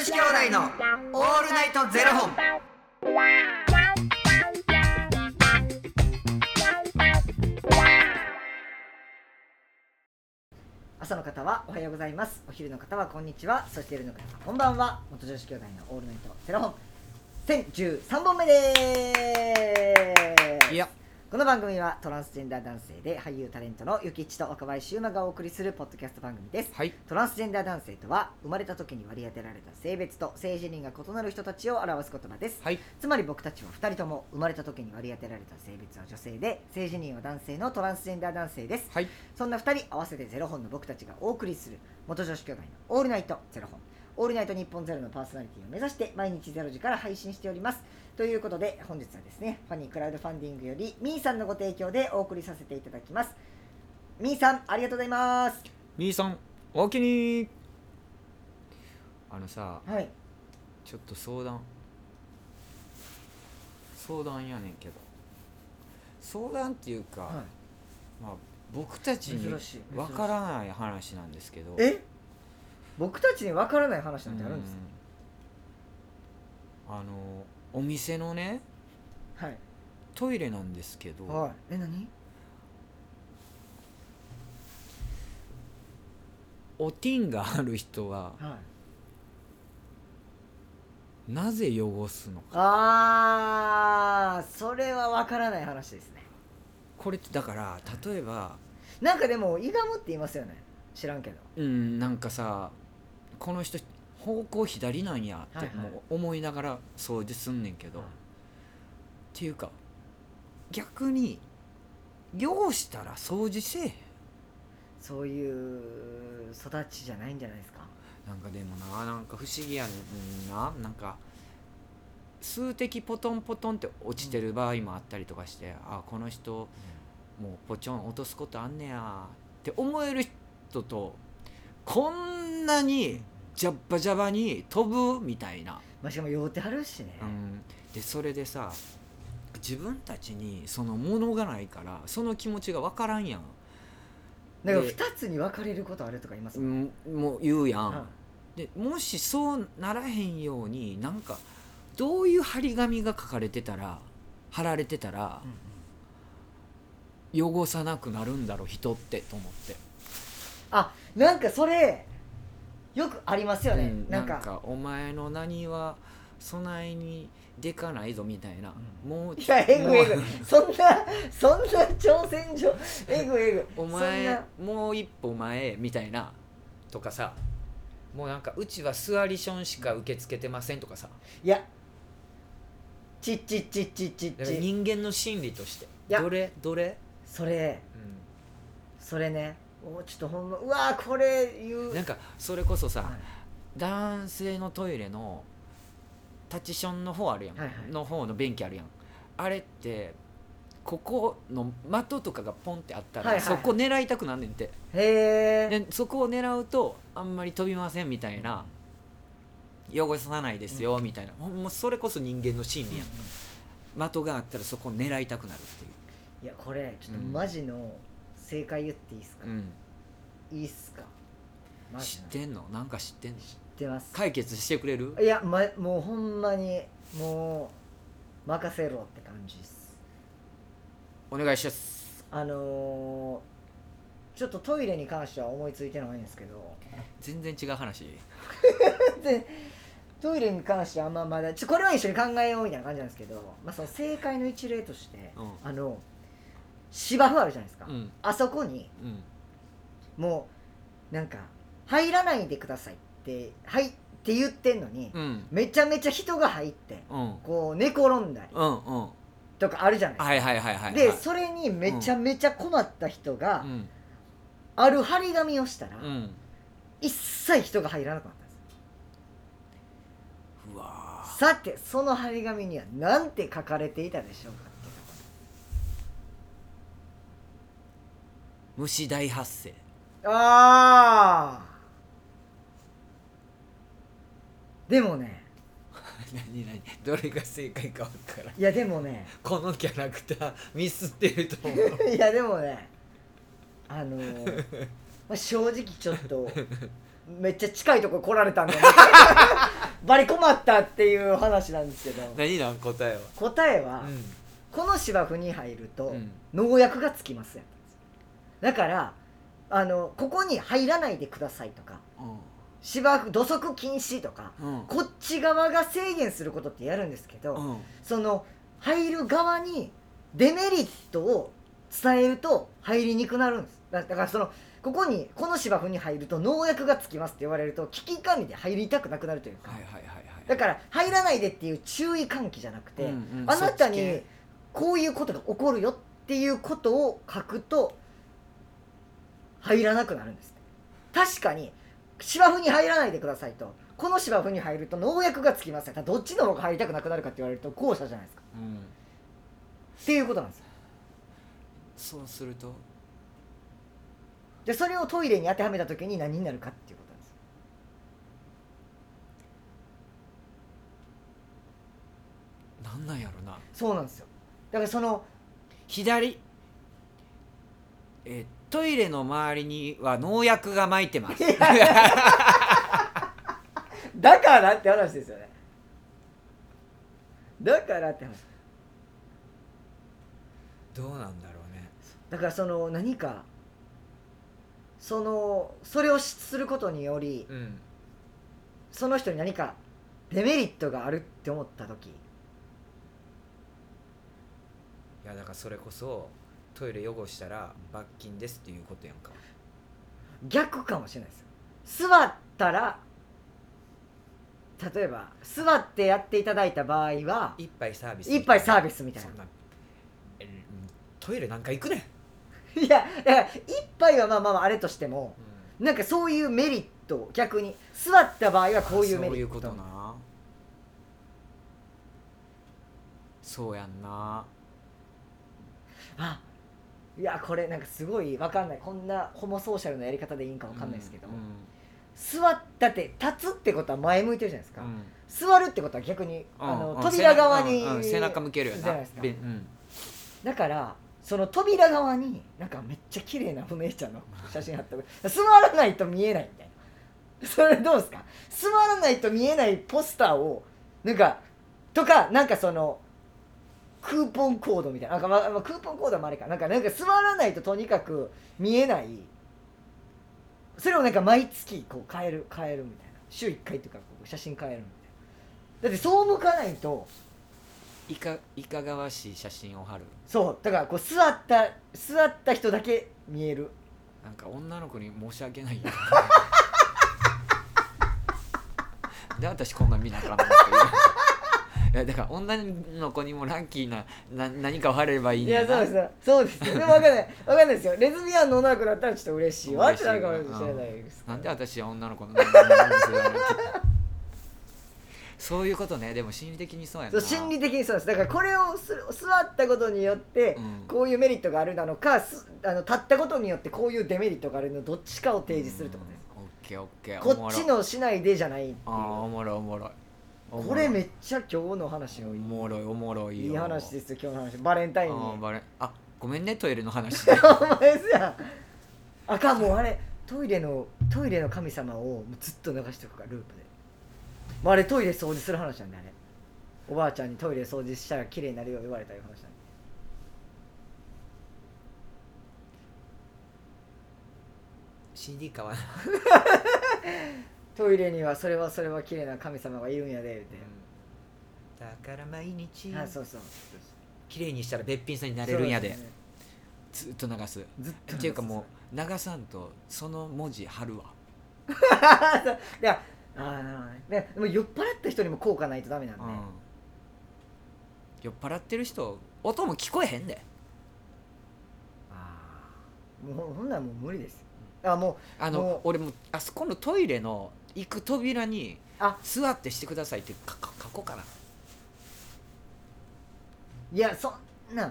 子兄弟のオールナイトゼロ本。朝の方はおはようございます。お昼の方はこんにちは。そして夜の方はこんばんは。元女子兄弟のオールナイトゼロ本1013本目です。 いや、 この番組はトランスジェンダー男性で俳優タレントのゆきちと若林優馬がお送りするポッドキャスト番組です。 はい、 トランスジェンダー男性とは生まれた時に割り当てられた性別と性自認が異なる人たちを表す言葉です。 はい、 つまり僕たちは2人とも生まれた時に割り当てられた性別は女性で性自認は男性のトランスジェンダー男性です。 はい、 そんな2人合わせてゼロ本の僕たちがお送りする元女子兄弟のオールナイトゼロ本、オールナイト日本ゼロのパーソナリティを目指して毎日0時から配信しております。ということで本日はですね、ファニークラウドファンディングよりみーさんのご提供でお送りさせていただきます。みーさんありがとうございます。 みーさんおおきに。さ、 はい、 ちょっと相談やねんけど、相談っていうか、 はい、 まあ僕たちにわからない話なんですけど。 僕たちにわからない話なんてあるんですか？ お店のね、 はい、 トイレなんですけど、 はい、何？ おティンがある人は、 はい、 なぜ汚すのか。 それはわからない話ですね。 これってだから例えばなんかでもいがむって言いますよね。知らんけど。 なんかさ、この人方向左なんやってもう思いながら掃除すんねんけど、っていうか逆に汚したら掃除せえへん。 そういう育ちじゃないんじゃないですか。 なんかでもな、なんか不思議やねんな。なんか数滴ポトンポトンって落ちてる場合もあったりとかして、この人もうポチョン落とすことあんねやって思える人と、こんなにジャッバジャバに飛ぶみたいな、 しかも酔ってはるしね、 でそれでさ、自分たちにそのものがないからその気持ちが分からんやん。 だから2つに分かれることあるとか言いますもう言うやん、でもしそうならへんように、なんかどういう張り紙が書かれてたら、貼られてたら、汚さなくなるんだろう人ってと思って。 なんかそれよくありますよね、 なんかお前の何は備えにでかないぞみたいな、もういやえぐそんな挑戦状えぐお前もう一歩前みたいなとかさ、もうなんかうちは座りションしか受け付けてませんとかさ、 いや人間の心理としてどれそれね、ちょっとほんま、うわーこれ言う、 なんかそれこそさ、男性のトイレのタチションの方あるやん、の方の便器あるやん、あれってここの的とかがポンってあったら、そこ狙いたくなんねんて。でそこを狙うとあんまり飛びませんみたいな、汚さないですよみたいな、もうそれこそ人間の心理やん、的があったらそこを狙いたくなるっていう。 いやこれちょっとマジの正解言っていいっすか？いいっすか？ 知ってんの？なんか知ってんの？ 知ってます。 解決してくれる？ いや、もうほんまにもう任せろって感じです。 お願いします。 ちょっとトイレに関しては思いついてないんですけど、 全然違う話でトイレに関してはまだこれは一緒に考えようみたいな感じなんですけど、その正解の一例として、芝生あるじゃないですか、あそこに、もうなんか入らないでくださいってって言ってんのに、めちゃめちゃ人が入って、こう寝転んだりとかあるじゃないですか。でそれにめちゃめちゃ困った人が、ある張り紙をしたら、一切人が入らなくなったんです。 うわー。 さてその張り紙には何て書かれていたでしょうかっていうところ。 虫大発生。 でもね何どれが正解か分からん。 いやでもね、 このキャラクターミスってると思ういやでもね、正直ちょっとめっちゃ近いとこ来られたんだねバリ困ったっていう話なんですけど、 何なん答えは。 答えは、この芝生に入ると農薬がつきますやったんです。だからここに入らないでくださいとか、芝生土足禁止とか、こっち側が制限することってやるんですけど、その入る側にデメリットを伝えると入りにくくなるんです。だからこの芝生に入ると農薬がつきますって言われると危機管理で入りたくなくなるというか、だから入らないでっていう注意喚起じゃなくて、あなたにこういうことが起こるよっていうことを書くと入らなくなるんです。確かに芝生に入らないでくださいと、この芝生に入ると農薬がつきますよ、どっちの方が入りたくなくなるかって言われると後者じゃないですか、っていうことなんですよ。 そうするとでそれをトイレに当てはめた時に何になるかっていうことなんです。 なんなんやろな。 そうなんですよ。だから左トイレの周りには農薬が撒いてますだからって話ですよね。だからって話。 どうなんだろうね。 だから何かそれをすることにより、その人に何かデメリットがあるって思った時、いやだからそれこそトイレ汚したら罰金ですっていうことやんか。 逆かもしれないですよ。座ったら、例えば座ってやっていただいた場合は一杯サービスみたいな。 トイレなんか行くねんいやだから一杯はまああれとしても、なんかそういうメリット、逆に座った場合はこういうメリット。 そういうことな。そうやんな。 いやこれなんかすごい分かんない、こんなホモソーシャルなやり方でいいんか分かんないですけど、座ったって立つってことは前向いてるじゃないですか、座るってことは逆に扉側に背中向けるよなじゃないですか、だからその扉側になんかめっちゃ綺麗なお姉ちゃんの写真あった座らないと見えないみたいな、それどうですか。座らないと見えないポスターをなんかとか、なんかクーポンコードみたいな、クーポンコードもあれかなんか座らないととにかく見えない、それをなんか毎月こう変えるみたいな、週1回とかこう写真変えるみたいな。だってそう向かないといかがわしい写真を貼る。 そうだからこう座った人だけ見える。 なんか女の子に申し訳ないよで私こんなん見なあかんのっていういやだから女の子にもランキーな何かを貼ればいいんだな。 いやそうですでも分かんないですよ。レズビアンの女の子だったらちょっと嬉しいわってなるかもしれないです。 なんで私は女の子のそういうことね。でも心理的にそうやな。 心理的にそうです。だからこれを座ったことによってこういうメリットがあるなのか、立ったことによってこういうデメリットがあるのどっちかを提示するってことです。 オッケーこっちのしないでじゃないっていう。 おもろいこれめっちゃ今日の話をおもろいよ。 いい話ですよ今日の話。バレンタインにごめんねトイレの話でお前ですやん。あかん、もうあれトイレの神様をずっと流しておくからループで。あれトイレ掃除する話なんで、あれおばあちゃんにトイレ掃除したら綺麗になるよう言われたいう話なんで。 CD 買わなトイレにはそれは綺麗な神様がいるんやでって、 だから毎日そう綺麗にしたらべっぴんさんになれるんやで、ずっと流すっていうかもう流さんとその文字貼るわいやでも酔っ払った人にも効果ないとダメなんで、 酔っ払ってる人音も聞こえへんで。 もうほんならもう無理です。 俺もあそこのトイレの行く扉に座ってしてくださいって書こうかな。 いやそんな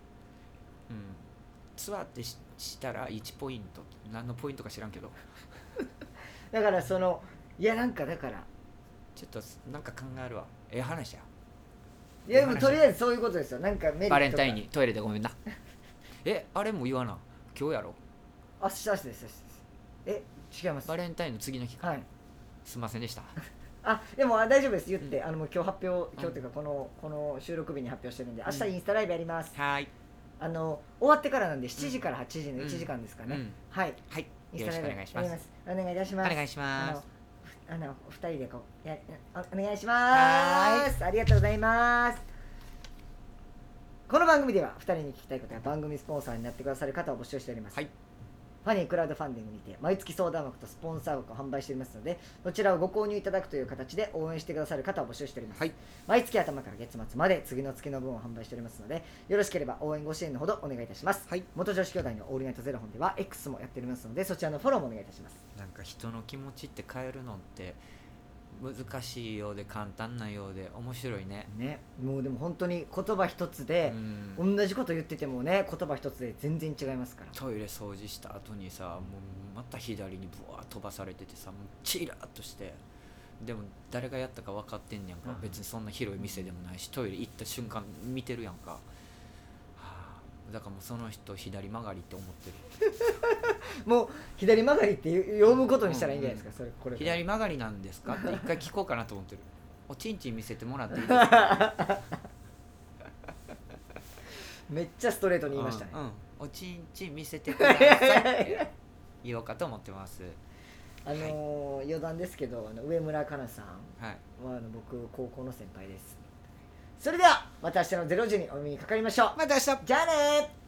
座ってしたら1ポイント、何のポイントか知らんけどだからいやなんかだからちょっとなんか考えるわ。話や。 いやでもとりあえずそういうことですよ。なんかメリットバレンタインにトイレでごめんなあれも言わな。今日やろ。 明日です。違います。 バレンタインの次の日か。 はい。 すいませんでしたでも大丈夫です言って、もう今日発表、今日というかこの収録日に発表してるんで、明日インスタライブやります。 はい。 終わってからなんで7時から8時の1時間ですかね。はい。 はい。よろしくお願いします。 お願いいたします。 お願いします。 2人でお願いします。ありがとうございます。この番組では2人に聞きたいことや番組スポンサーになってくださる方を募集しております。はい。ファニークラウドファンディングにて毎月相談枠とスポンサー枠を販売しておりますので、そちらをご購入いただくという形で応援してくださる方を募集しております。はい、毎月頭から月末まで次の月の分を販売しておりますので、よろしければ応援ご支援のほどお願いいたします。はい、元女子兄弟のオールナイトゼロ本では X もやっておりますので、そちらのフォローもお願いいたします。 なんか人の気持ちって変えるのって難しいようで簡単なようで面白いね。 もうでも本当に言葉一つで、同じこと言っててもね、言葉一つで全然違いますから。 トイレ掃除した後にさ、もうまた左にブワー飛ばされててさ、もうチラッとして、でも誰がやったか分かってんやんか、別にそんな広い店でもないし、トイレ行った瞬間見てるやんか。だからもうその人左曲がりって思ってるもう左曲がりって読むことにしたらいいんじゃないですか、これ左曲がりなんですかって一回聞こうかなと思ってる。おちんちん見せてもらっていいですかめっちゃストレートに言いましたね。 おちんちん見せてくださいって言おうかと思ってます。 余談ですけど、上村かなさんは僕高校の先輩です。それではまた明日の0時にお耳にかかりましょう。 また明日。 じゃあね。